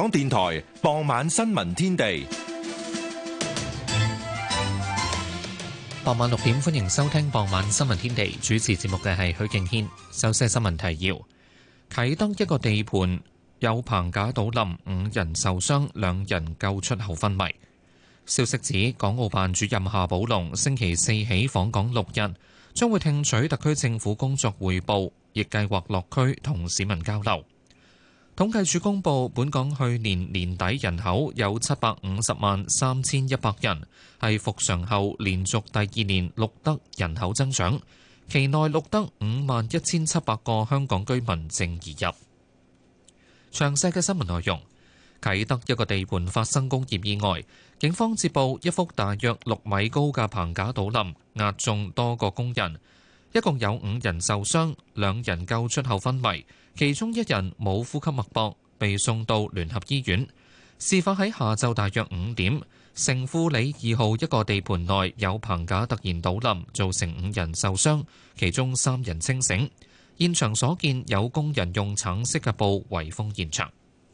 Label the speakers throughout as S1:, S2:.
S1: 港電台傍晚新聞天地，
S2: 傍晚6點，歡迎收聽傍晚新聞天地。主持節目嘅係許敬軒。首先係新聞提要：啟德一個地盤有棚架倒冧，5人受傷，2人救出後昏迷。消息指，港澳辦主任夏寶龍星期四起訪港6日，將會聽取特區政府工作彙報，亦計劃落區同市民交流。統計處公佈，本港去年年底人口有750萬3100人，係復常後連續第2年錄得人口增長，期內錄得51700個香港居民淨移入。詳細嘅新聞內容：啟德一個地盤發生工業意外，警方接報一幅大約6米高嘅棚架倒冧，壓中多個工人，一共有5人受傷，2人救出後昏迷。其中1人冇呼吸脈搏，被送到聯合醫院。事發喺下晝大約5點，城富里2號一個地盤內有棚架突然倒冧，造成5人受傷，其中3人清醒。現場所見有工人用橙色嘅布圍封現場。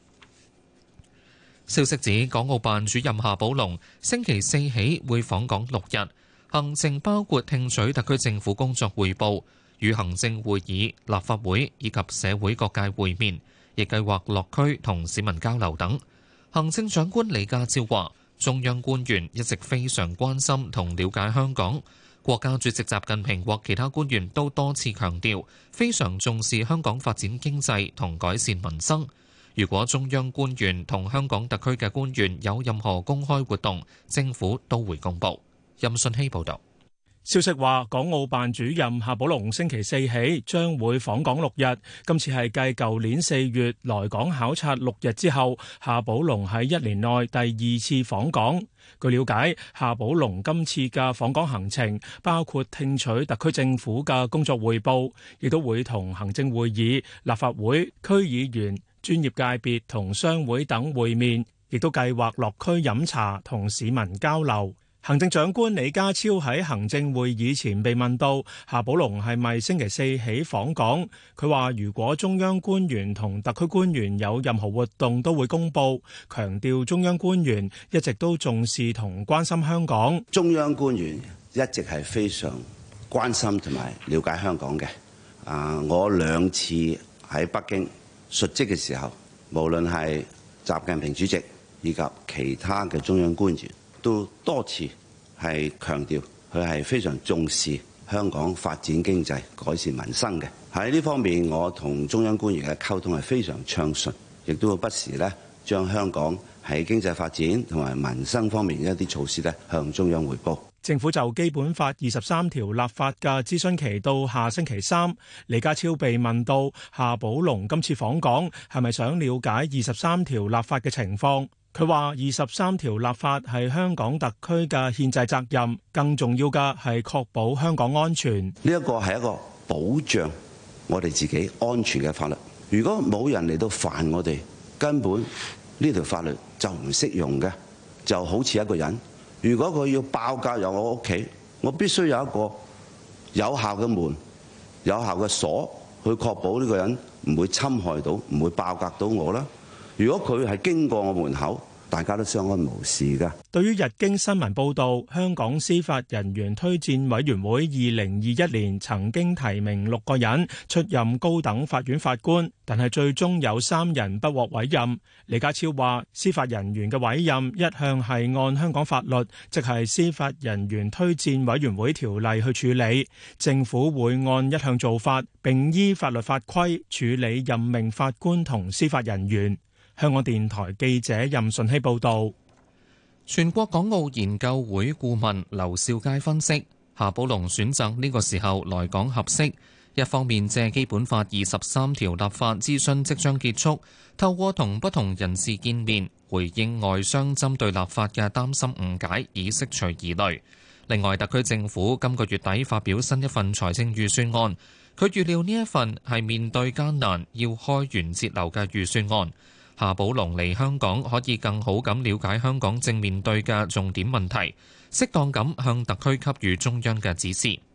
S2: 消息指，港澳辦主任夏寶龍星期四起會訪港6日，行程包括聽取特區政府工作彙報，與行政會議、立法會以及社會各界會面，亦計劃落區同市民交流等。行政長官李家超話，中央官員一直非常關心同了解香港，國家主席習近平或其他官員都多次強調，非常重視香港發展經濟同改善民生。如果中央官員同香港特區嘅官員有任何公開活動，政府都會公佈。任信希報導。
S3: 消息話，港澳辦主任夏寶龍星期四起將會訪港6日，今次係繼舊年4月來港考察6日之後，夏寶龍喺1年內第2次訪港。據了解，夏寶龍今次嘅訪港行程包括聽取特區政府嘅工作彙報，亦都會同行政會議、立法會、區議員、專業界別同商會等會面，亦都計劃落區飲茶同市民交流。行政長官李家超喺行政會議前被問到夏寶龍係咪星期四起訪港，佢話如果中央官員同特區官員有任何活動都會公佈，強調中央官員一直都重視同關心香港。
S4: 中央官員一直係非常關心同埋了解香港嘅。我2次喺北京述職嘅時候，無論係習近平主席以及其他嘅中央官員，都多次係強調佢係非常重視香港發展經濟、改善民生嘅。喺呢方面，我同中央官員嘅溝通係非常暢順，亦都會不時咧將香港喺經濟發展同埋民生方面嘅一啲措施咧向中央彙報。
S3: 政府就基本法23條立法嘅諮詢期到下星期3，李家超被問到夏寶龍今次訪港係咪想了解23條立法嘅情況。佢話23條立法係香港特區嘅憲制責任，更重要嘅係確保香港安全。
S4: 呢一個係一個保障我哋自己安全嘅法律。如果冇人嚟到煩我哋，根本呢條法律就唔適用嘅。就好似一個人，如果佢要爆格入我屋企，我必須有一個有效嘅門、有效嘅鎖，去確保呢個人唔會侵害到、唔會爆格到我啦。如果佢係經過我門口，大家都相安無事㗎。
S3: 對於日經新聞報導，香港司法人員推薦委員會2021年曾經提名6個人出任高等法院法官，但係最終有3人不獲委任。李家超話：司法人員嘅委任一向係按香港法律，即係司法人員推薦委員會條例去處理。政府會按一向做法，並依法律法規處理任命法官同司法人員。香港電台記者任順希報導。
S2: 全國港澳研究會顧問劉兆佳分析，夏寶龍選擇呢個時候來港合適，一方面借基本法23條立法諮詢即將結束，透過同不同人士見面，回應外商針對立法嘅擔心誤解，以釋除疑慮。另外，特區政府今個月底發表新一份財政預算案，佢預料呢一份係面對艱難要開源節流嘅預算案。夏寶龍嚟香港可以更好咁了解香港正面對嘅重點問題，適當咁向特區給予中央嘅指示。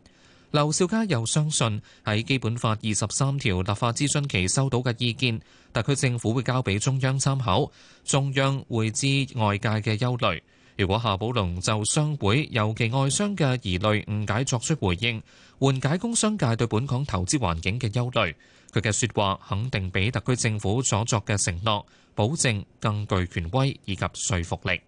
S2: 劉兆佳又相信喺基本法23條立法諮詢期收到嘅意見，特區政府會交俾中央參考，中央會知外界嘅憂慮。如果夏寶龍就商會尤其外商嘅疑慮誤解作出回應，緩解工商界對本港投資環境嘅憂慮，佢嘅說話肯定比特區政府所作嘅承諾保證更具權威以及說服力。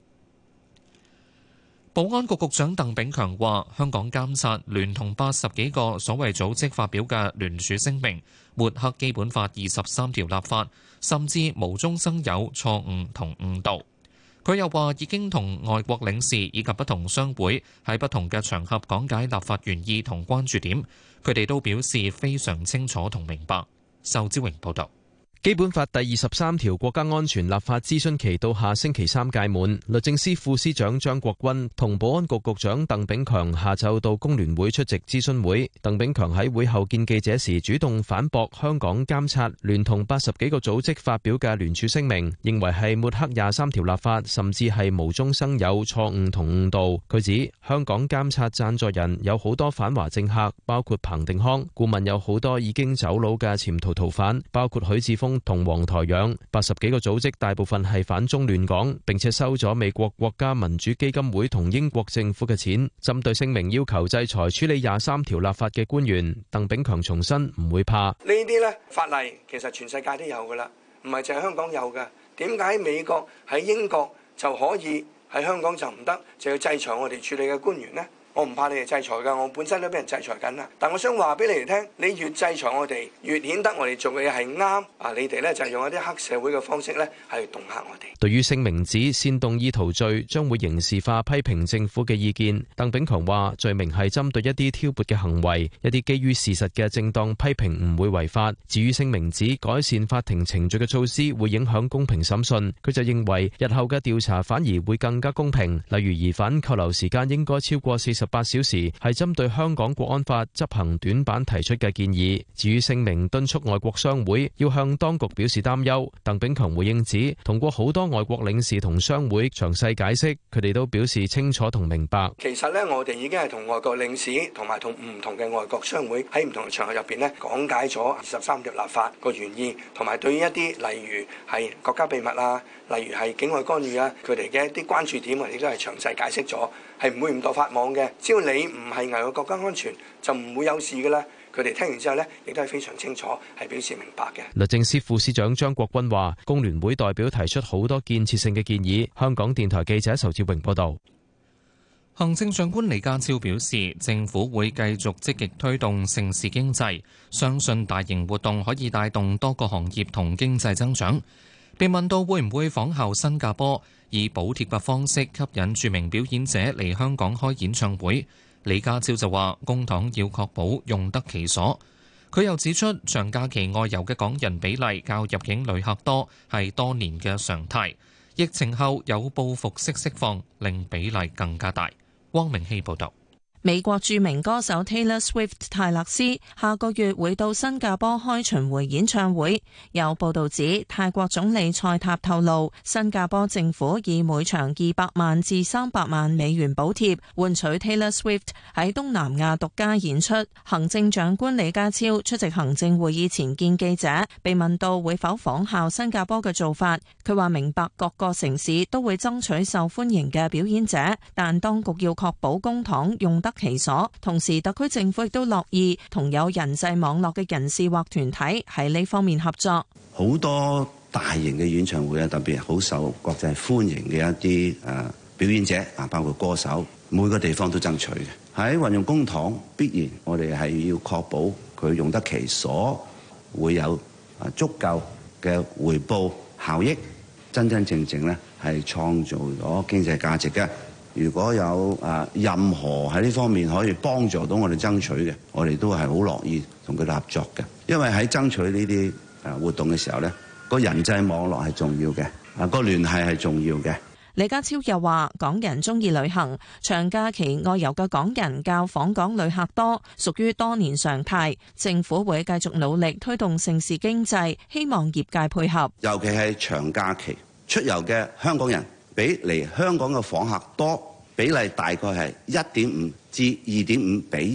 S2: 保安局局長鄧炳強話：香港監察聯同80幾個所謂組織發表嘅聯署聲明，抹黑基本法23條立法，甚至無中生有、錯誤同誤導。佢又話已經同外國領事以及不同商會喺不同嘅場合講解立法原意同關注點，佢哋都表示非常清楚同明白。仇志榮報導。
S5: 基本法第23條國家安全立法諮詢期到下星期三屆滿，律政司副司長張國軍同保安局局長鄧炳強下晝到工聯會出席諮詢會。鄧炳強喺會後見記者時主動反駁香港監察聯同80幾個組織發表嘅聯署聲明，認為係抹黑23條立法，甚至係無中生有、錯誤同誤導。佢指香港監察贊助人有好多反華政客，包括彭定康；顧問有好多已經走佬嘅潛逃逃犯，包括許智峰同黃台仰。80幾個組織大部分係反中亂港，並且收咗美國國家民主基金會同英國政府嘅錢。針對聲明要求制裁處理23條立法嘅官員，鄧炳強重申唔會怕。
S6: 呢啲呢法例其實全世界都有㗎啦，唔係淨係香港有㗎。點解美國喺英國就可以，喺香港就唔得，就要制裁我哋處理嘅官員呢？我唔怕你哋制裁㗎，我本身都俾人制裁緊啦。但我想話俾你哋聽，你越制裁我哋，越顯得我哋做嘅嘢係啱。啊，你哋呢就係用一啲黑社會嘅方式呢，係恫嚇我哋。
S5: 對於聲明指煽動意圖罪將會刑事化批評政府嘅意見，鄧炳強話罪名係針對一啲挑撥嘅行為，一啲基於事實嘅正當批評唔會違法。至於聲明指改善法庭程序嘅措施會影響公平審訊，佢就認為日後嘅調查反而會更加公平，例如疑犯扣留時間應該超過48小時，係針對香港國安法執行短板提出嘅建議。至於聲明敦促外國商會要向當局表示擔憂，鄧炳強回應指同過好多外國領事同商會詳細解釋，佢哋都表示清楚同明白。
S6: 其實呢，我哋已經係同外國領事同埋同唔同嘅外國商會喺唔同嘅場合入邊呢講解咗23條立法個原意，同埋對於一啲例如係國家秘密啊，例如係境外干預啊，佢哋嘅一啲關注點，我哋都係詳細解釋咗，係唔會誤墮法網嘅。只要你唔係危害國家安全，就唔會有事嘅啦。佢哋聽完之後呢，亦都係非常清楚，係表示明白嘅。
S5: 律政司副司長張國軍話，工聯會代表提出好多建設性嘅建議。香港電台記者仇志榮報導。
S2: 行政長官李家超表示，政府會繼續積極推動盛事經濟，相信大型活動可以帶動多個行業同經濟增長。被問到會唔會仿效新加坡，以補貼嘅方式吸引著名表演者嚟香港開演唱會，李家超就話公帑要確保用得其所。佢又指出，長假期外遊嘅港人比例較入境旅客多，係多年嘅常態。疫情後有報復式釋放，令比例更加大。汪明希報導。
S7: 美國著名歌手 Taylor Swift 泰勒斯下個月會到新加坡開巡迴演唱會。有報道指，泰國總理蔡塔透露，新加坡政府以每場200萬至300萬美元補貼，換取 Taylor Swift 喺東南亞獨家演出。行政長官李家超出席行政會議前見記者，被問到會否仿效新加坡嘅做法，佢話明白各個城市都會爭取受歡迎嘅表演者，但當局要確保公帑用得其所，同時特區政府亦都樂意同有人際網絡嘅人士或團體喺呢方面合作。
S4: 好多大型嘅演唱會啊，特別好受國際歡迎嘅一啲表演者啊，包括歌手，每個地方都爭取嘅。喺運用公帑，必然我哋係要確保佢用得其所，會有足夠嘅回報效益，真真正正咧係創造咗經濟價值嘅。如果有任何喺呢方面可以幫助到我哋爭取嘅，我哋都係好樂意同佢哋合作嘅。因為喺爭取呢啲活動嘅時候呢，個人際網絡係重要嘅，個聯繫係重要嘅。
S7: 李家超又話，港人中意旅行，長假期外遊嘅港人較訪港旅客多，屬於多年常態。政府會繼續努力推動盛事經濟，希望業界配合。
S4: 尤其係長假期出遊嘅香港人，比嚟香港嘅訪客多，比例大概係1.5至2.5比1。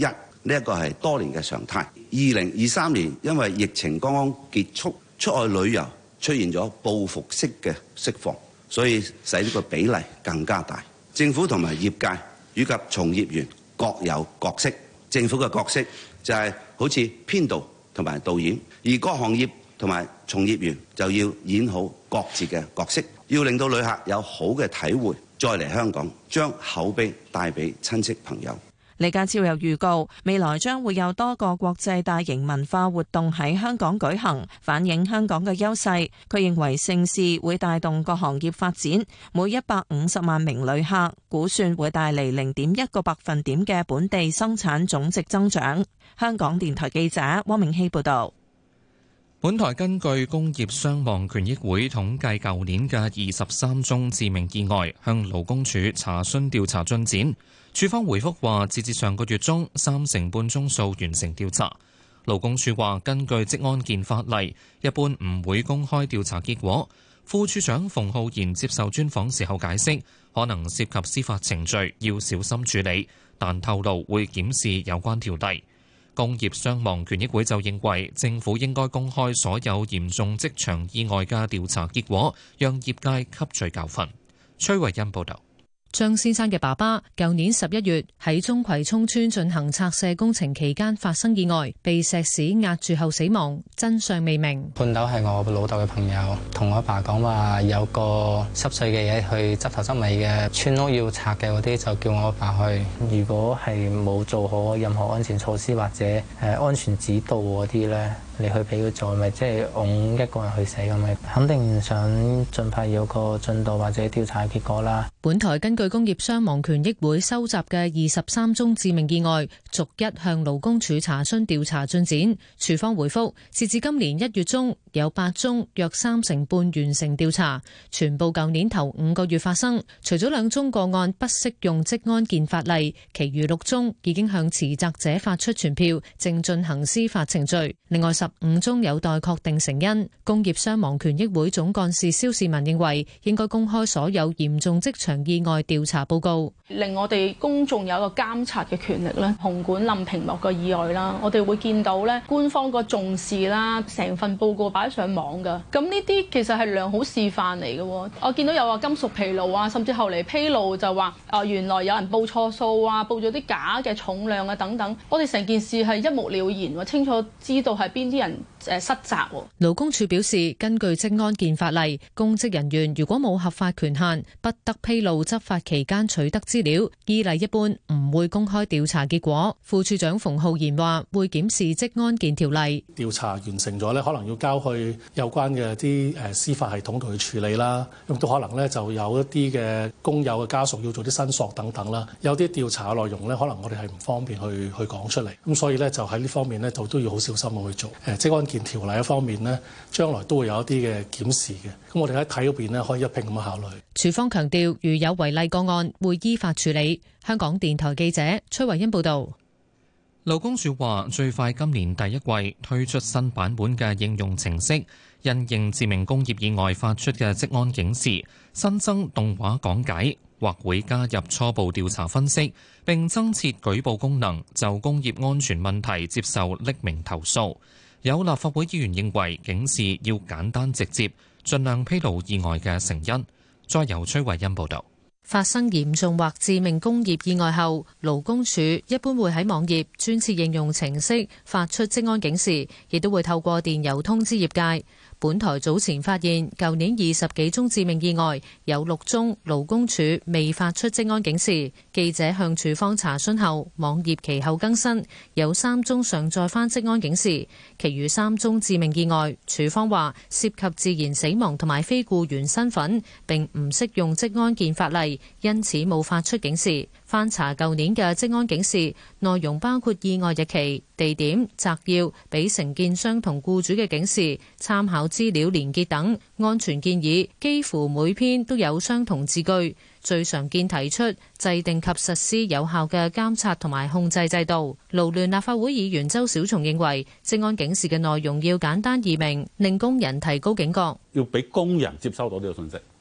S4: 呢一個係多年嘅常態。2023年因為疫情剛剛結束，出外旅遊出現咗報復式嘅釋放，所以使呢個比例更加大。政府同埋業界以及從業員各有角色。政府嘅角色就係好似編導同埋導演，而各行業同埋從業員就要演好各自嘅角色，要令到旅客有好嘅體會，再嚟香港將口碑帶俾親戚朋友。
S7: 李家超又預告，未來將會有多個國際大型文化活動喺香港舉行，反映香港嘅優勢。佢認為盛事會帶動各行業發展，每150萬名旅客估算會帶嚟0.1個百分點嘅本地生產總值增長。香港電台記者汪明希報導。
S2: 本台根據工業傷亡權益會統計舊年嘅23宗致命意外，向勞工處查詢調查進展。處方回覆話，截至上個月中，3成半宗數完成調查。勞工處話，根據職安健法例，一般唔會公開調查結果。副處長馮浩然接受專訪時候解釋，可能涉及司法程序，要小心處理，但透露會檢視有關條例。工業傷亡權益會就認為，政府應該公開所有嚴重職場意外嘅調查結果，讓業界吸取教訓。崔慧欣報導。
S8: 張先生嘅爸爸舊年11月喺中葵涌村進行拆卸工程期間發生意外，被石屎壓住後死亡，真相未明。
S9: 判頭係我老豆嘅朋友，同我阿爸講話有個濕碎嘅嘢去執頭執尾嘅，村屋要拆嘅嗰啲就叫我阿爸去。如果係冇做好任何安全措施或者安全指導嗰啲呢，你去俾佢做，咪即係拱一個人去死咁咪，肯定想盡快有個進度或者調查結果啦。
S8: 本台根據工業傷亡權益會收集嘅23宗致命意外，逐一向勞工處查詢調查進展。處方回覆，截至今年1月中，有8宗約3成半完成調查，全部舊年頭5個月發生。除咗2宗個案不適用職安健法例，其餘6宗已經向持責者發出傳票，正進行司法程序。另外15宗有待確定成因。工業傷亡權益會總幹事蕭士文認為，應該公開所有嚴重職場意外調查報告，
S10: 令我哋公眾有一個監察嘅權力咧。紅館冧屏幕個意外啦，我哋會見到咧官方個重視啦，成份報告擺上網噶。咁呢啲其實係良好示範嚟嘅。我見到有話金屬疲勞啊，甚至後嚟披露就話原來有人報錯數啊，報咗啲假嘅重量啊等等。我哋成件事係一目了然，清楚知道係邊啲人失責。
S8: 勞工處表示，根據職安健法例，公職人員如果冇合法權限，不得披露執法期間取得資料。依例一般唔會公開調查結果。副處長馮浩然話，會檢視職安健條例。
S11: 調查完成咗咧，可能要交去有關嘅啲司法系統度去處理啦。咁都可能咧就有一啲嘅工友嘅家屬要做啲申索等等啦。有啲調查嘅內容咧，可能我哋係唔方便去講出嚟。咁所以咧就喺呢方面咧就都要好小心去做。職安健條例一方面呢，將來都會有一啲嘅檢視嘅。咁我哋喺睇嗰邊呢，可以一併咁樣考慮。
S8: 處方強調，如有違例個案，會依法處理。香港電台記者崔慧欣報道。
S2: 勞工處話，最快今年第一季推出新版本嘅應用程式，因應致命工業意外發出嘅職安警示，新增動畫講解，或會加入初步調查分析，並增設舉報功能，就工業安全問題接受匿名投訴。有立法會議員認為警示要簡單直接，盡量披露意外嘅成因。再由崔慧欣報道。
S8: 發生嚴重或致命工業意外後，勞工處一般會喺網頁專設應用程式發出職安警示，亦都會透過電郵通知業界。本台早前發現，舊年20幾宗致命意外，有6宗勞工處未發出職安警示。記者向處方查詢後，網頁其後更新，有3宗上載返職安警示，其餘3宗致命意外，處方話涉及自然死亡同埋非僱員身份，並唔適用職安健法例，因此冇發出警示。翻查舊年嘅職安警示，內容包括意外日期、地點、摘要、俾承建商同僱主嘅警示、參考資料連結等安全建議，幾乎每篇都有相同字句。最常見提出制定及實施有效嘅監察同埋控制制度。勞聯立法會議員周小松認為，職安警示嘅內容要簡單易明，令工人提高警覺。
S12: 要俾工人接收到呢個信息，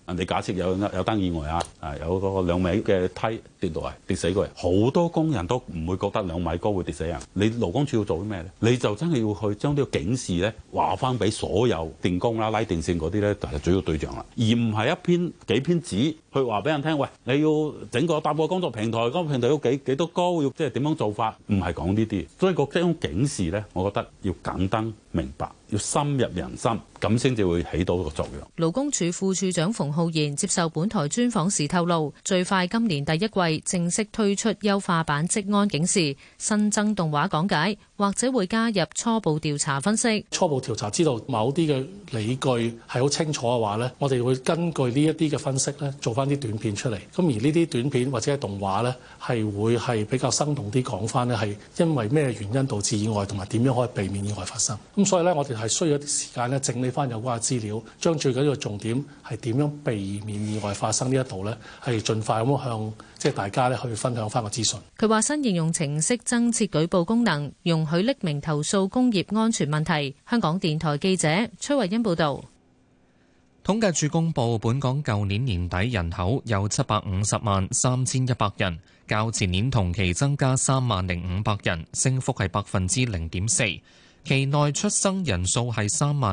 S12: 人哋假設有單意外有個2米嘅梯跌落嚟跌死個人，好多工人都唔會覺得2米高會跌死人。你勞工處要做啲咩咧？你就真係要去將呢個警示咧話翻俾所有電工啦、拉電線嗰啲咧，就係主要對象啦，而唔係幾篇紙去話俾人聽。喂，你要整個搭個工作平台，嗰個平台要幾多高，要即係點樣做法？唔係講呢啲，所以個即係種警示咧，我覺得要簡單明白，要深入人心，咁先至會起到個作用。
S8: 勞工處副處長馮浩然接受本台專訪時透露，最快今年第一季正式推出優化版職安警示，新增動畫講解，或者會加入初步調查分析。
S11: 初步調查知道某啲嘅理據係好清楚嘅話咧，我哋會根據呢一啲嘅分析咧，做翻啲短片出嚟。咁而呢啲短片或者係動畫咧，係會係比較生動啲講翻咧，係因為咩原因導致意外，同埋點樣可以避免意外發生。咁所以咧，我哋係需要一啲時間咧，整理翻有關嘅資料，將最緊要嘅重點係點樣避免意外發生呢一度咧，係盡快咁向大家咧去分享翻個資訊。
S8: 佢話新應用程式增設舉報功能，容許匿名投訴工業安全問題。香港電台記者崔慧欣報道。
S2: 統計處公布，本港舊年年底人口有750萬3100人，較前年同期增加30500人，升幅係0.4%。期內出生人數係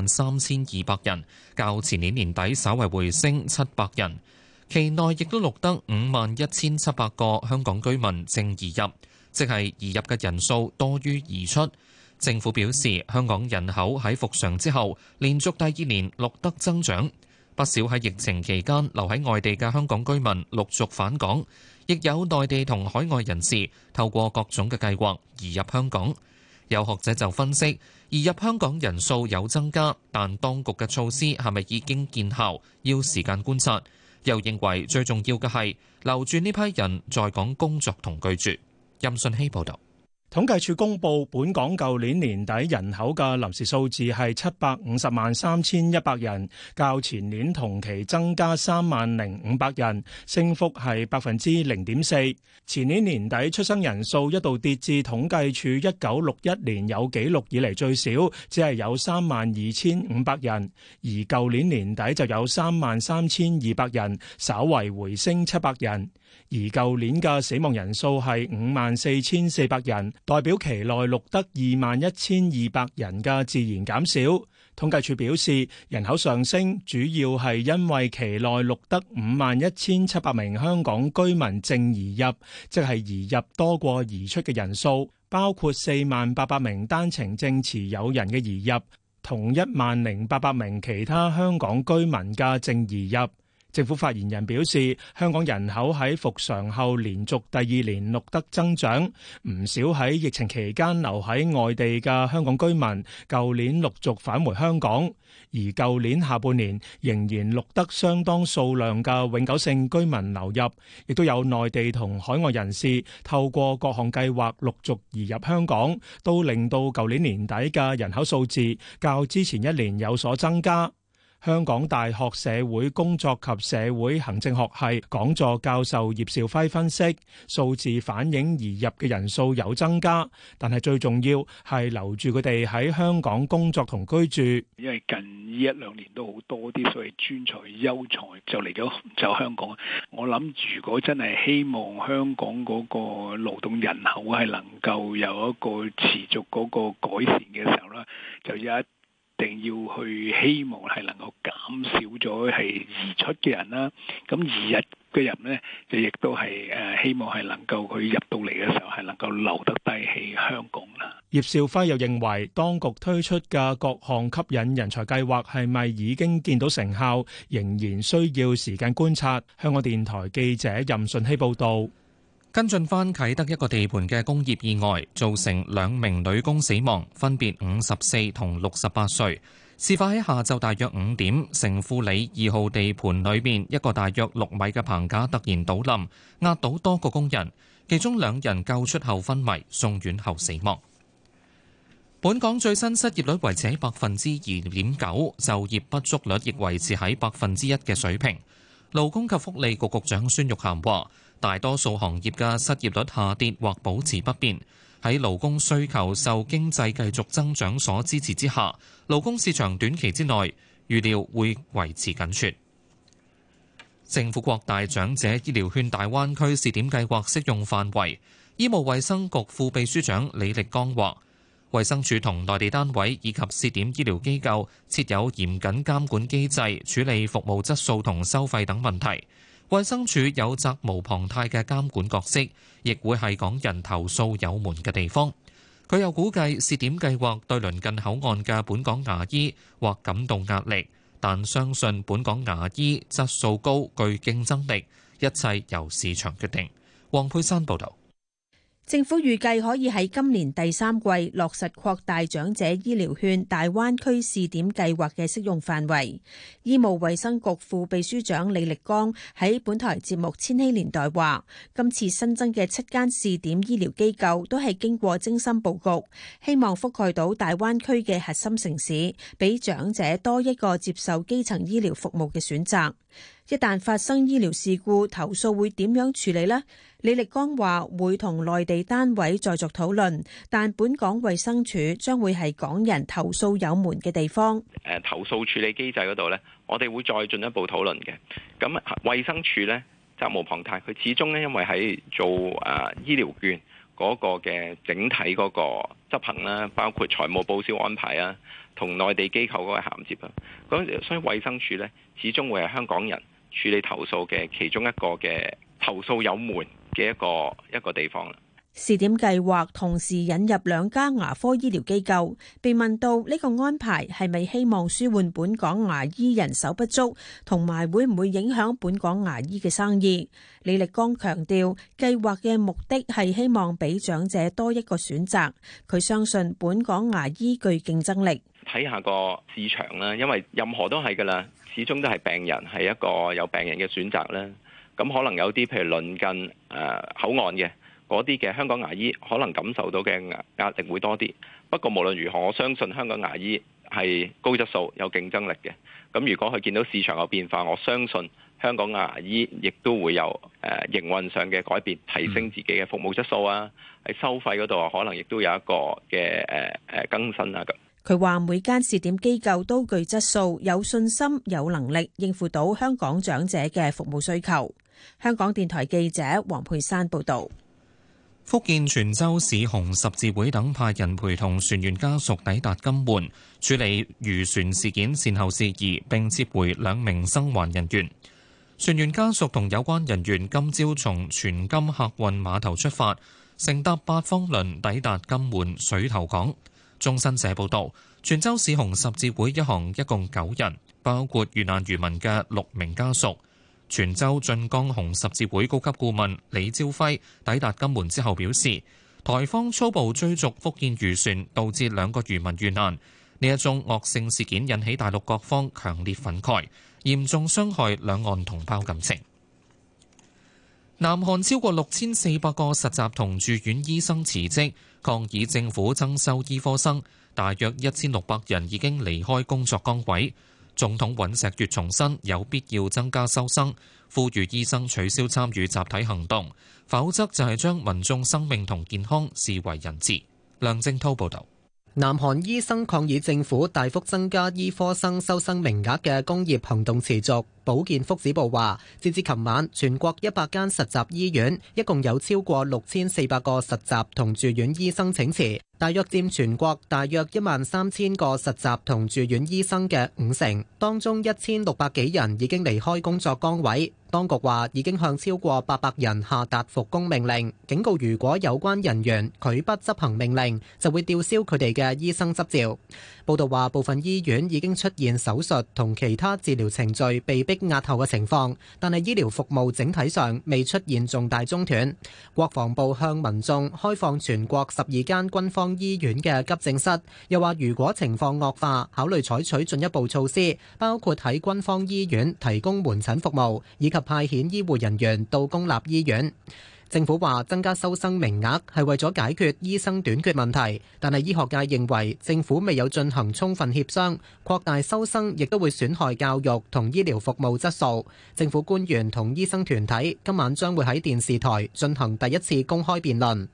S2: 33200人，較前年年底稍為回升700人。期內亦都錄得51700個香港居民正移入，即係移入嘅人數多於移出。政府表示，香港人口喺復常之後，連續第2年錄得增長。不少喺疫情期間留喺外地嘅香港居民陸續返港，亦有內地同海外人士透過各種嘅計劃移入香港。有學者就分析，移入香港人數有增加，但當局嘅措施係咪已經見效，要時間觀察。又認為最重要嘅係留住呢批人在港工作同居住。任信希報導。
S3: 統計處公布，本港舊年年底人口嘅臨時數字係750萬3100人，較前年同期增加30500人，升幅係0.4%。前年年底出生人數一度跌至統計處1961年有紀錄以嚟最少，只係有32500人，而舊年年底就有33200人，稍為回升700人。而舊年嘅死亡人數係54400人，代表期內錄得21200人嘅自然減少。統計處表示，人口上升主要係因為期內錄得51700名香港居民正移入，即係移入多過移出嘅人數，包括40800名單程證持有人嘅移入，同10800名其他香港居民嘅正移入。政府發言人表示，香港人口喺復常後連續第2年錄得增長，唔少喺疫情期間留喺外地嘅香港居民，舊年陸續返回香港，而舊年下半年仍然錄得相當數量嘅永久性居民流入，亦都有內地同海外人士透過各項計劃陸續移入香港，都令到舊年年底嘅人口數字較之前1年有所增加。香港大學社會工作及社會行政學系講座教授葉兆輝分析，數字反映移入嘅人數有增加，但係最重要係留住佢哋喺香港工作同居住。
S13: 因為近呢1-2年都好多啲所謂專才優才就嚟咗香港，我諗如果真係希望香港嗰個勞動人口係能夠有一個持續嗰個改善嘅時候咧，就一定要去希望係能夠減少咗係移出嘅人啦，咁移入嘅人呢，就亦都係希望係能夠佢入到嚟嘅時候係能夠留得低喺香港啦。
S3: 葉兆輝又認為，當局推出嘅各項吸引人才計劃係咪已經見到成效，仍然需要時間觀察。香港電台記者任順希報導。
S2: 跟進返啟德一個地盤嘅工業意外，造成2名女工死亡，分別54同68歲。事發喺下晝大約5點，城富里2號地盤裏面一個大約6米嘅棚架突然倒冧，壓倒多個工人，其中2人救出後昏迷，送院後死亡。本港最新失業率維持喺2.9%，就業不足率亦維持喺1%嘅水平。勞工及福利局局長孫玉菡話，大多數行業嘅失業率下跌或保持不變，喺勞工需求受經濟繼續增長所支持之下，勞工市場短期之內預料會維持緊絀。 政府擴大長者醫療券大灣區試點計劃適用範圍。醫務衛生局副秘書長李力剛話，衛生署同內地單位以及試點醫療機構設有嚴謹監管機制，處理服務質素同收費等問題。衛生署有責無旁貸嘅監管角色，亦會係港人投訴有門嘅地方。佢又估計試點計劃對鄰近口岸嘅本港牙醫或感到壓力，但相信本港牙醫質素高、具競爭力，一切由市場決定。黃佩珊報導。
S14: 政府預計可以喺今年第三季落實擴大長者醫療券大灣區試點計劃嘅適用範圍。醫務衛生局副秘書長李力剛喺本台節目《千禧年代》話，今次新增嘅7間試點醫療機構都係經過精心佈局，希望覆蓋到大灣區嘅核心城市，俾長者多一個接受基層醫療服務嘅選擇。一旦發生醫療事故，投訴會點樣處理呢？李力剛話會同內地單位再作討論，但本港衛生署將會係港人投訴有門嘅地方。
S15: 投訴處理機制嗰度呢，我哋會再進一步討論嘅。咁衛生署呢，責無旁貸，佢始終呢，因為喺做醫療券嗰個嘅整體嗰個執行啦，包括財務報銷安排啊，同內地機構嗰個銜接啊，咁所以衛生署呢，始終會係香港人處理投訴嘅其中一個嘅投訴有門嘅一個地方啦。
S14: 試點計劃同時引入2家牙科醫療機構，被問到呢個安排係咪希望舒緩本港牙醫人手不足，同埋會唔會影響本港牙醫嘅生意？李力剛強調，計劃嘅目的係希望俾長者多一個選擇。佢相信本港牙醫具競爭力。
S15: 睇下個市場啦，因為任何都係㗎啦，始終都係病人係一個有病人嘅選擇啦。咁可能有啲譬如鄰近口岸嘅嗰啲嘅香港牙醫，可能感受到嘅壓力會多啲。不過無論如何，我相信香港牙醫係高質素、有競爭力嘅。咁如果佢見到市場有變化，我相信香港牙醫亦都會有營運上嘅改變，提升自己嘅服務質素啊。喺收費嗰度可能亦都有一個嘅更新啊咁。
S14: 佢話每間試點機構都具質素，有信心、有能力應付到香港長者嘅服務需求。香港電台記者黃佩珊報導。
S2: 福建泉州市紅十字會等派人陪同船員家屬抵達金門，處理漁船事件善後事宜，並接回2名生還人員。船員家屬同有關人員今朝從全金客運碼頭出發，乘搭8方輪抵達金門水頭港。中新社報導，泉州市紅十字會一行一共9人，包括遇難漁民嘅6名家屬。泉州晉江紅十字會高級顧問李朝輝抵達金門之後表示，台方粗暴追逐福建漁船，導致2個漁民遇難。呢一宗惡性事件引起大陸各方強烈憤慨，嚴重傷害兩岸同胞感情。南韓超過6400個實習同住院醫生辭職，抗議政府增收醫科生，大約1600人已經離開工作崗位。總統尹錫悅重申有必要增加收生，呼籲醫生取消參與集體行動，否則就係將民眾生命同健康視為人質。梁正滔報導。
S16: 南韓醫生抗議政府大幅增加醫科生收生名額嘅工業行動持續。保健福祉部話，截至琴晚，全國100間實習醫院一共有超過6400個實習同住院醫生請辭，大約佔全國大約13000個實習同住院醫生嘅50%，當中1600幾人已經離開工作崗位。當局話已經向超過800人下達復工命令，警告如果有關人員拒不執行命令，就會吊銷佢哋嘅醫生執照。報道話，部分醫院已經出現手術同其他治療程序被迫押後嘅情況，但係醫療服務整體上未出現重大中斷。國防部向民眾開放全國12間軍方醫院嘅急症室，又話如果情況惡化，考慮採取進一步措施，包括喺軍方醫院提供門診服務，以及派遣醫護人員到公立醫院。政府話增加收生名額係為咗解決醫生短缺問題，但係醫學界認為政府未有進行充分協商，擴大收生亦都會損害教育同醫療服務質素。政府官員同醫生團體今晚將會喺電視台進行第一次公開辯論。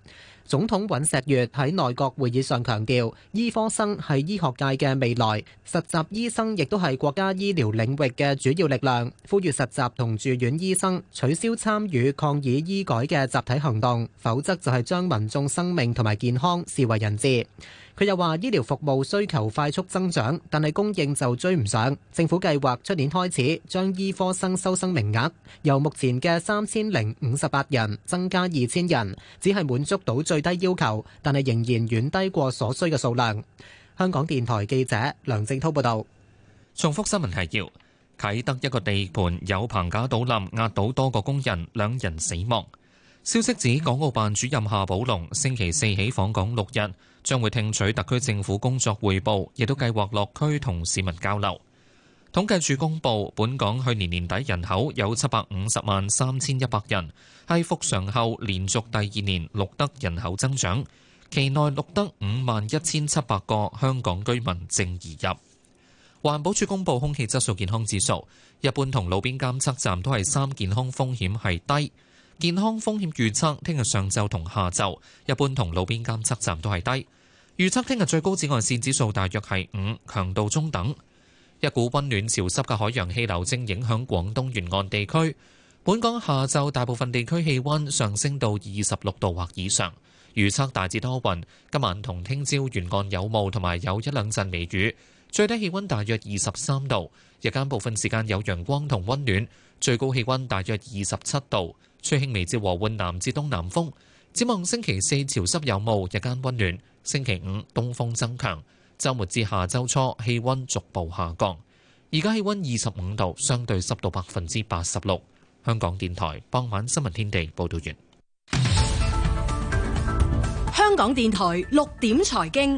S16: 總統尹錫悅喺內閣會議上強調，醫科生係醫學界嘅未來，實習醫生亦都係國家醫療領域嘅主要力量，呼籲實習同住院醫生取消參與抗議醫改嘅集體行動，否則就係將民眾生命同埋健康視為人質。佢又話：醫療服務需求快速增長，但係供應就追唔上。政府計劃出年開始將醫科生收生名額由目前嘅3058人增加2000人，只係滿足到最低要求，但係仍然遠低過所需嘅數量。香港電台記者梁正滔報導。
S2: 重複新聞提要：啟德一個地盤有棚架倒冧，壓倒多個工人，2人死亡。消息指，港澳辦主任夏寶龍星期四起訪港6日。將會聽取特區政府工作彙報，亦都計劃落區同市民交流。統計處公佈，本港去年年底人口有750萬3100人，係復常後連續第2年錄得人口增長，期內錄得51700個香港居民淨移入。環保署公佈空氣質素健康指數，一般同路邊監測站都係3，健康風險係低。健康風險預測，聽日上晝同下晝，一般同路邊監測站都係低。預測聽日最高紫外線指數大約係5，強度中等。一股溫暖潮濕嘅海洋氣流正影響廣東沿岸地區。本港下晝大部分地區氣溫上升到26度或以上。預測大致多雲，今晚同聽朝沿岸有霧同埋有1-2陣微雨。最低氣溫大約23度，日間部分時間有陽光同溫暖，最高氣溫大約27度。吹輕微至和緩南至東南風。展望星期四潮濕有霧，日間溫暖。星期五東風增強，週末至下週初氣溫逐步下降。而家氣溫25度，相對濕度86%。香港電台傍晚新聞天地報道完。
S17: 香港電台6點財經，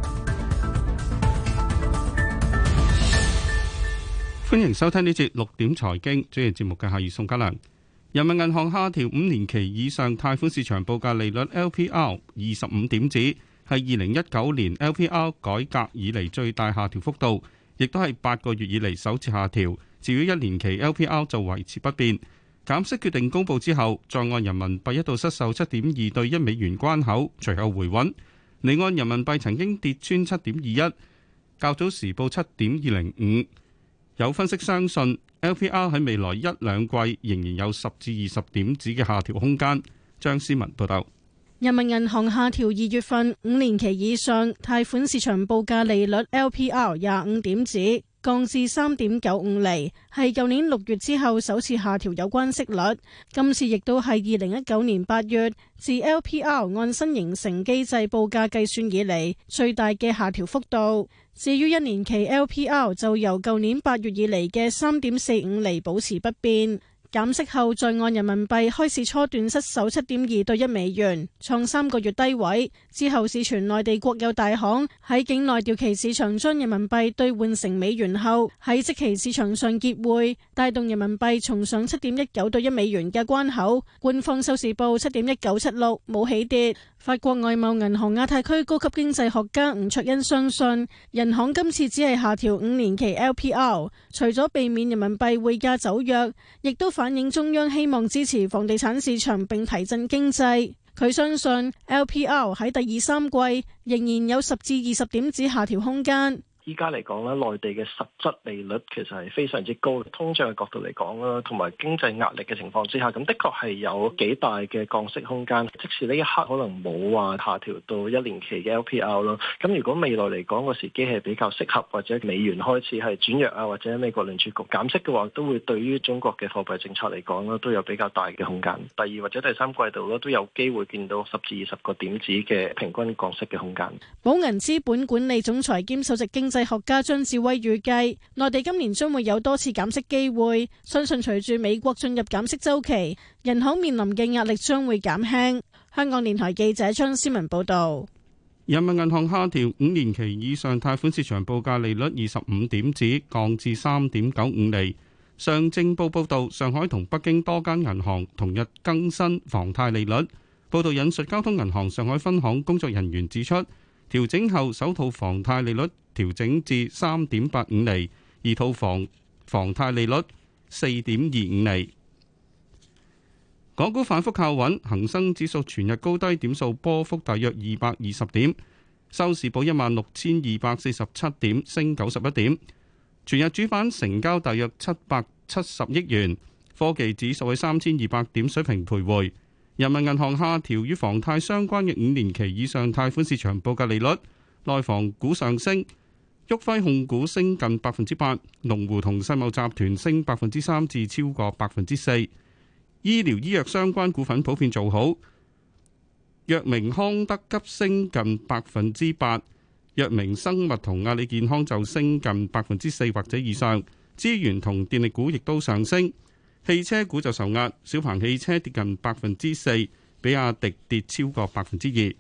S18: 歡迎收聽呢節6點財經，主持節目嘅係宋家良。人民銀行下調5年期以上貸款市場報價利率 LPR 25點子，係2019年 LPR 改革以嚟最大下調幅度，亦都係8個月以嚟首次下調。至於1年期 LPR 就維持不變。減息決定公佈之後，在岸人民幣一度失守7.2對1美元關口，隨後回穩。離岸人民幣曾經跌穿7.21，較早時報7.205。有分析相信 LPR 喺未來1-2季仍然有10至20點子嘅下調空間。張思文報道。
S19: 人民銀行下調2月份5年期以上貸款市場報價利率 LPR 25點子，降至3.95厘，係舊年6月之後首次下調有關息率。今次亦都係2019年8月自 LPR 按新形成機制報價計算以嚟最大嘅下調幅度。至於1年期 LPR 就由舊年8月以嚟嘅3.45厘保持不變。減息後，在岸人民幣開始初段失守7.2對1美元，創3個月低位。之後，市傳內地國有大行喺境內掉期市場將人民幣兌換成美元後，喺即期市場上結匯，帶動人民幣重上7.19對1美元嘅關口。官方收市報7.1976，冇起跌。法國外貿銀行亞太區高級經濟學家吳卓恩相信，人行今次只係下調5年期 LPR， 除咗避免人民幣匯價走弱，亦都反映中央希望支持房地產市場並提振經濟。佢相信 LPR 喺第2、3季仍然有10至20點子下調空間。
S20: 依家嚟講咧，內地嘅實質利率其實係非常之高，通脹嘅角度嚟講啦，同埋經濟壓力嘅情況之下，咁的確係有幾大嘅降息空間。即使呢一刻可能冇話下調到1年期嘅 LPR 咯，咁如果未來嚟講個時機係比較適合，或者美元開始係轉弱啊，或者美國聯儲局減息嘅話，都會對於中國嘅貨幣政策嚟講啦，都有比較大嘅空間。第2或者第3季度咧，都有機會見到10至20個點子嘅平均降息嘅空間。
S19: 寶銀資本管理總裁兼首席經濟學家張志威預計，內地今年將會有多次減息機會，相信隨住美國進入減息週期，人行面臨嘅壓力將會減輕。香港電台記者張思文報道。
S18: 人民銀行下調5年期以上貸款市場報價利率25點子，降至3.95厘。上證報報道，上海同北京多間銀行同日更新房貸利率。報道引述交通銀行上海分行工作人員指出，調整後首套房貸利率調整至3.85厘，二套房貸利率4.25厘。 港股反覆靠穩，恒生指數全日高低點數波幅大約220點，收市報16,247點，升91點。全日主板成交大約770億元，科技指數喺3200點水平徘徊。人民銀行下調與房貸相關嘅5年期以上貸款市場報價利率，內房股上升，旭輝控股升近8%，龍湖同世茂集團升3%至超過4%。醫療醫藥相關股份普遍做好，藥明康德急升近8%，藥明生物同阿里健康就升近4%或者以上。資源同電力股亦都上升，汽車股就受壓，小鵬汽車跌近4%，比亞迪跌超過2%。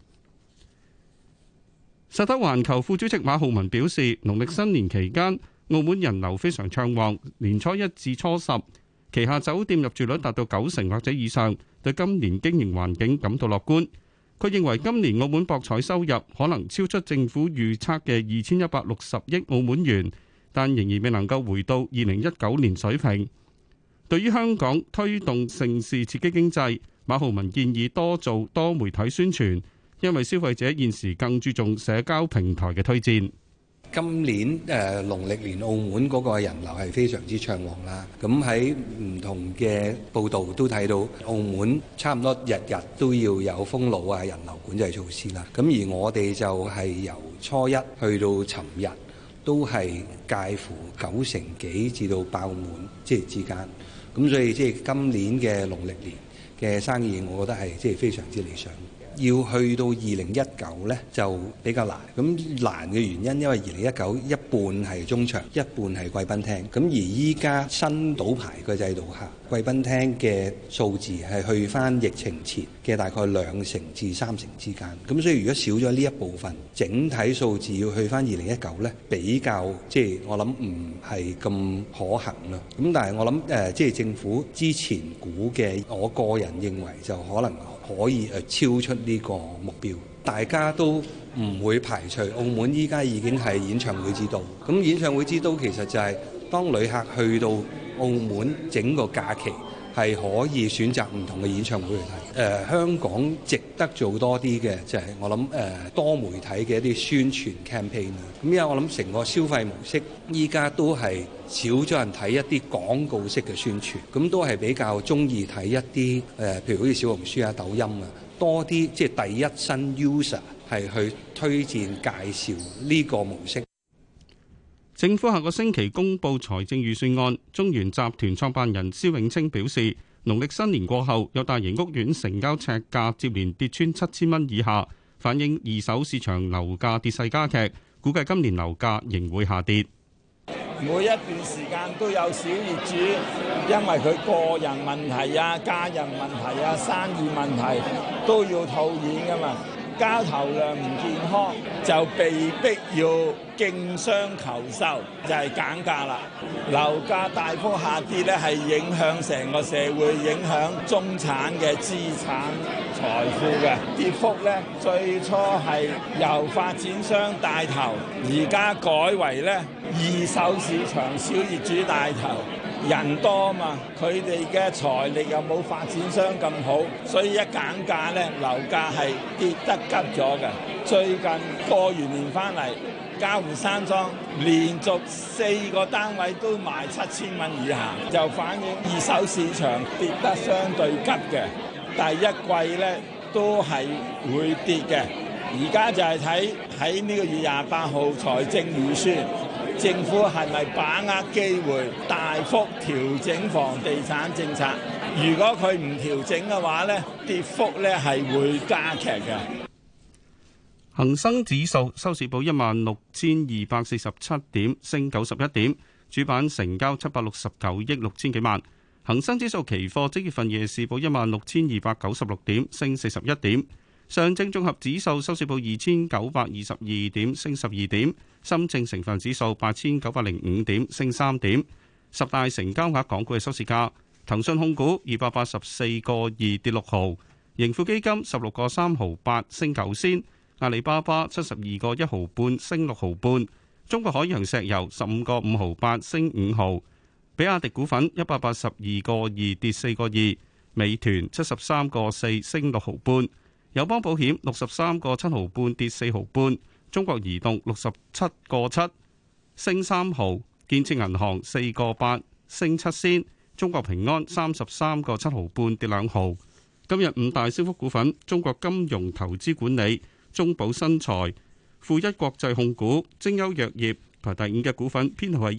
S18: 實德環球副主席馬浩文表示，農曆新年期間澳門人流非常暢旺，年初一至初10旗下酒店入住率達到90%或者以上，對今年經營環境感到樂觀。佢認為今年澳門博彩收入可能超出政府預測嘅2160億澳門元，但仍然未能夠回到2019年水平。對於香港推動盛事刺激經濟，馬浩文建議多做多媒體宣傳，因為消費者現時更注重社交平台嘅推薦。
S21: 今年農曆年澳門嗰個人流係非常之暢旺啦，咁喺唔同嘅報道都睇到澳門差唔多日日都要有封路啊、人流管制措施啦。咁而我哋就係由初一去到尋日都係介乎90%幾至到爆滿之間。咁所以即係今年嘅農曆年嘅生意，我覺得係即係非常之理想。要去到2019呢，就比較難，咁難嘅原因因為2019一半係中場，一半係貴賓廳，咁而依家新賭牌嘅制度下，貴賓廳嘅數字係去返疫情前嘅大概2成至3成之間，咁所以如果少咗呢一部分，整體數字要去返2019呢，比較即係我諗唔係咁可行啦。咁但係我諗即係政府之前估嘅，我個人認為就可能可以超出呢個目標，大家都唔會排除澳門依家已經係演唱會之都。咁演唱會之都其實就係當旅客去到澳門整個假期係可以選擇唔同嘅演唱會去睇。香港值得做多啲嘅就係我諗多媒體嘅一啲宣傳 campaign 啦。咁因為我諗成個消費模式依家都係少咗人睇一啲廣告式嘅宣傳，咁都係比較中意睇一啲譬如好似小紅書啊、抖音啊，多啲即係第一身 user 係去推薦介紹呢個模式。
S18: 政府下個星期公布財政預算案，中原集團創辦人施永青表示，農曆新年過後有大型屋苑成交尺價接連跌穿7000蚊以下，反映二手市場樓價跌勢加劇，估計今年樓價仍會下跌。
S22: 每一段時間都有小業主因為佢個人問題啊、家人問題啊、生意問題都要套現㗎嘛，交投量唔健康就被逼要競相求售，就係減價啦。樓價大幅下跌咧，係影響成個社會，影響中產嘅資產財富嘅跌幅咧。最初係由發展商帶頭，而家改為咧二手市場小業主帶頭。人多嘛，佢哋嘅財力又冇發展商咁好，所以一減價咧，樓價係跌得急咗嘅。最近過完年翻嚟，嘉湖山莊連續4個單位都賣7000蚊以下，就反映二手市場跌得相對急嘅。第一季咧都係會跌嘅，而家就係睇喺呢個月28號財政預算。政府係咪把握機會大幅調整房地產政策？如果佢唔調整嘅話咧，跌幅咧係會加劇嘅。
S18: 恒生指數收市報16247點，升91點，主板成交769億6千幾萬。恒生指數期貨即月份夜市報16296點，升41點。上證綜合指數收市報2922點，升12點。深證成分指數8905點，升3點。十大成交額港股嘅收市價：騰訊控股284個2跌6毫，盈富基金16個3毫8升9仙，阿里巴巴72個1毫半升6毫半，中國海洋石油15個5毫8升5毫，比亞迪股份182個2跌4個2， 美團73個4升6毫半，友邦保險63個7毫半跌4毫半，中國移動67個7升3毫，建設銀行4個8升7仙，中國平安33個7毫半跌2毫。今日5大升幅股份：中國金融投資管理、中保新材、富一國際控股、精優藥業。排第5嘅股份編號係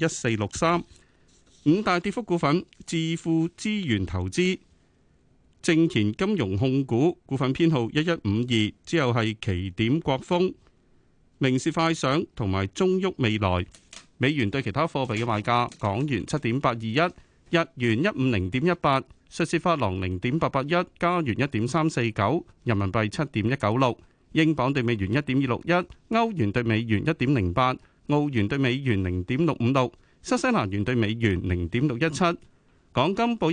S18: 1463。5大跌幅股份：智富資源投資、正乾金融控股股份編號1152，之後係奇點國風、明視快想同埋中旭未來。美元對其他貨幣嘅賣價：港元7.821，日元150.18，瑞士法郎0.881，加元1.349，人民幣7.196，英鎊對美元1.261，歐元對美元1.08，澳元對美元0.656，新西蘭元對美元0.617。港金報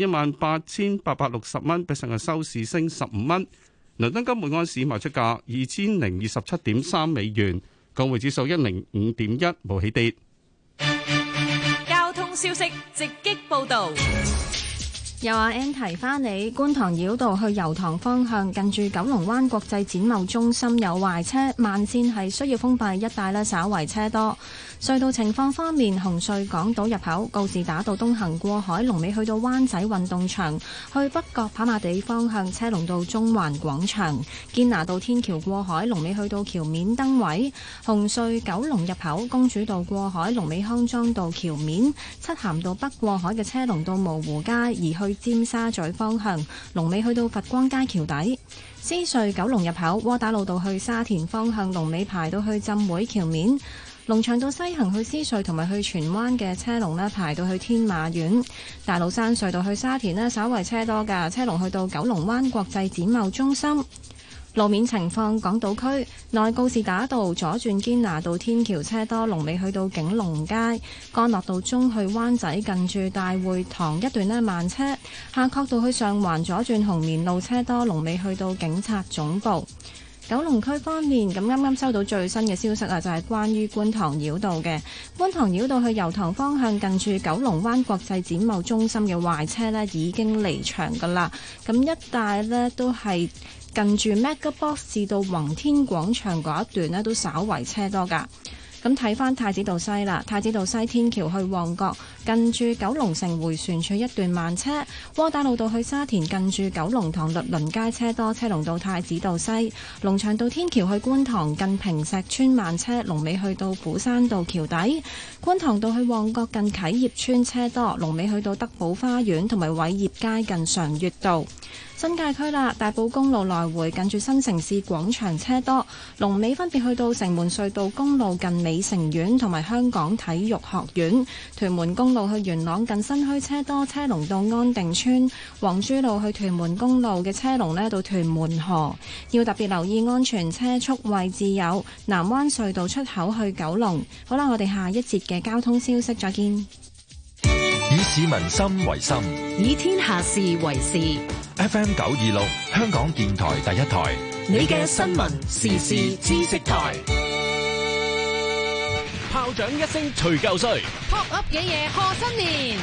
S18: 18,860蚊，比上日收市升15蚊。倫敦金每安士賣出價2027.3美元，港匯指數105.1，冇起跌。
S17: 交通消息直擊報道。
S1: 又阿 N 提翻你，觀塘繞道去油塘方向，近住九龍灣國際展貿中心有壞車，慢線係需要封閉一帶啦，稍為車多。隧道情況方面，紅隧港島入口告士打道東行過海，龍尾去到灣仔運動場；去北角跑馬地方向，車龍到中環廣場。堅拿道天橋過海，龍尾去到橋面燈位。紅隧九龍入口公主道過海，龍尾康莊道橋面。漆咸道北過海嘅車龍到蕪湖街，而去尖沙咀方向，龍尾去到佛光街橋底。獅隧九龍入口窩打老道去沙田方向，龍尾排到去浸會橋面。龍翔道西行去獅隧同埋去荃灣嘅車龍呢，排到去天馬苑。大老山隧道去沙田呢，稍為車多㗎，車龍去到九龍灣國際展貿中心。路面情況，港島區內告士打道左轉堅拿道天橋車多，龍尾去到景隆街。干諾道中去灣仔近住大會堂一段呢慢車。夏慤道去上環左轉紅棉路車多，龍尾去到警察總部。九龍區方面，咁啱啱收到最新嘅消息啊，就係關於觀塘繞道嘅。觀塘繞道去油塘方向近住九龍灣國際展貿中心嘅壞車呢已經離場㗎啦。咁一帶呢都係近住 MegaBox 至到宏天廣場嗰一段呢都稍為車多㗎。咁睇翻太子道西啦，太子道西天橋去旺角近住九龍城迴旋處一段慢車，窩打老道去沙田近住九龍塘律倫街車多，車龍到太子道西。龍翔道天橋去觀塘近坪石村慢車，龍尾去到斧山道橋底。觀塘道去旺角近啟業村車多，龍尾去到德寶花園同埋偉業街近常悅道。新界區啦，大埔公路來回近住新城市廣場車多，龍尾分別去到城門隧道公路近美城苑同埋香港體育學院。屯門公路去元朗近新墟車多，車龍到安定村。黃珠路去屯門公路嘅車龍呢到屯門河。要特別留意安全車速位置有南灣隧道出口去九龍。好啦，我哋下一節嘅交通消息再見。
S6: 以市民心為心，
S17: 以天下事為事。
S6: FM 926，香港電台第一台，
S17: 你嘅新聞時事知識台。
S23: 炮仗一聲除舊歲
S17: ，Pop Up 嘅嘢賀新年。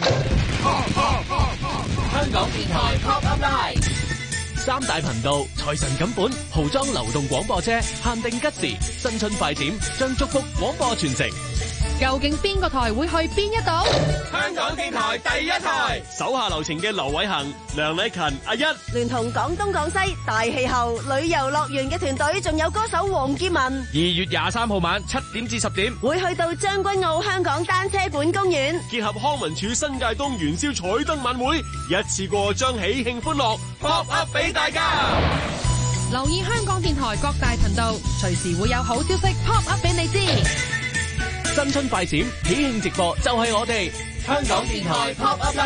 S23: 香港電台 Pop Up Live， 3大頻道財神錦本豪裝流動廣播車，限定吉時，新春快閃將祝福廣播全城。
S17: 究竟邊個台會去邊一度？
S23: 香港電台第一台，手下留情嘅劉偉恒、梁禮勤、阿一，
S24: 聯同廣東廣西大氣候旅遊樂園嘅團隊，仲有歌手黃劍文。
S23: 2月23號晚7點至10點，
S24: 會去到將軍澳香港單車館公園，
S23: 結合康文署新界東元宵彩燈晚會，一次過將喜慶歡樂 pop up 俾大家。
S17: 留意香港電台各大頻道，隨時會有好消息 pop up 俾你知。
S23: 新春快閃喜慶直播就係我哋香港電台 Pop Up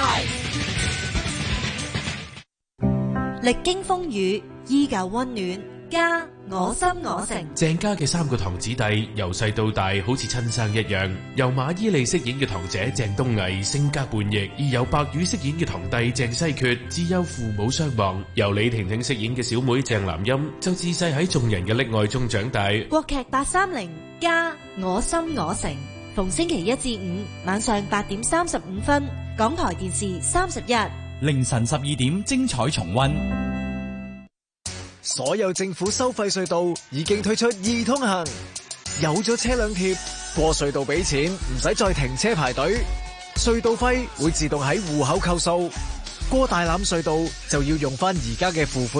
S25: Live， 歷經風雨依舊溫暖，家我心我城。
S26: 鄭家嘅3個堂子弟由細到大好似親生一樣，由馬伊琍飾演嘅堂姐鄭東毅性格叛逆，而由白宇飾演嘅堂弟鄭西決自幼父母雙亡，由李婷婷飾演嘅小妹鄭南音就自細喺眾人嘅溺愛中長大。
S25: 國劇830家我心我城，逢星期1至5晚上8點35分，港台電視31。
S4: 凌晨12點精彩重溫。
S5: 所有政府收費隧道已經推出易通行，有咗車輛貼，過隧道俾錢，唔使再停車排隊，隧道費會自動喺戶口扣數。過大欖隧道就要用返而家嘅付款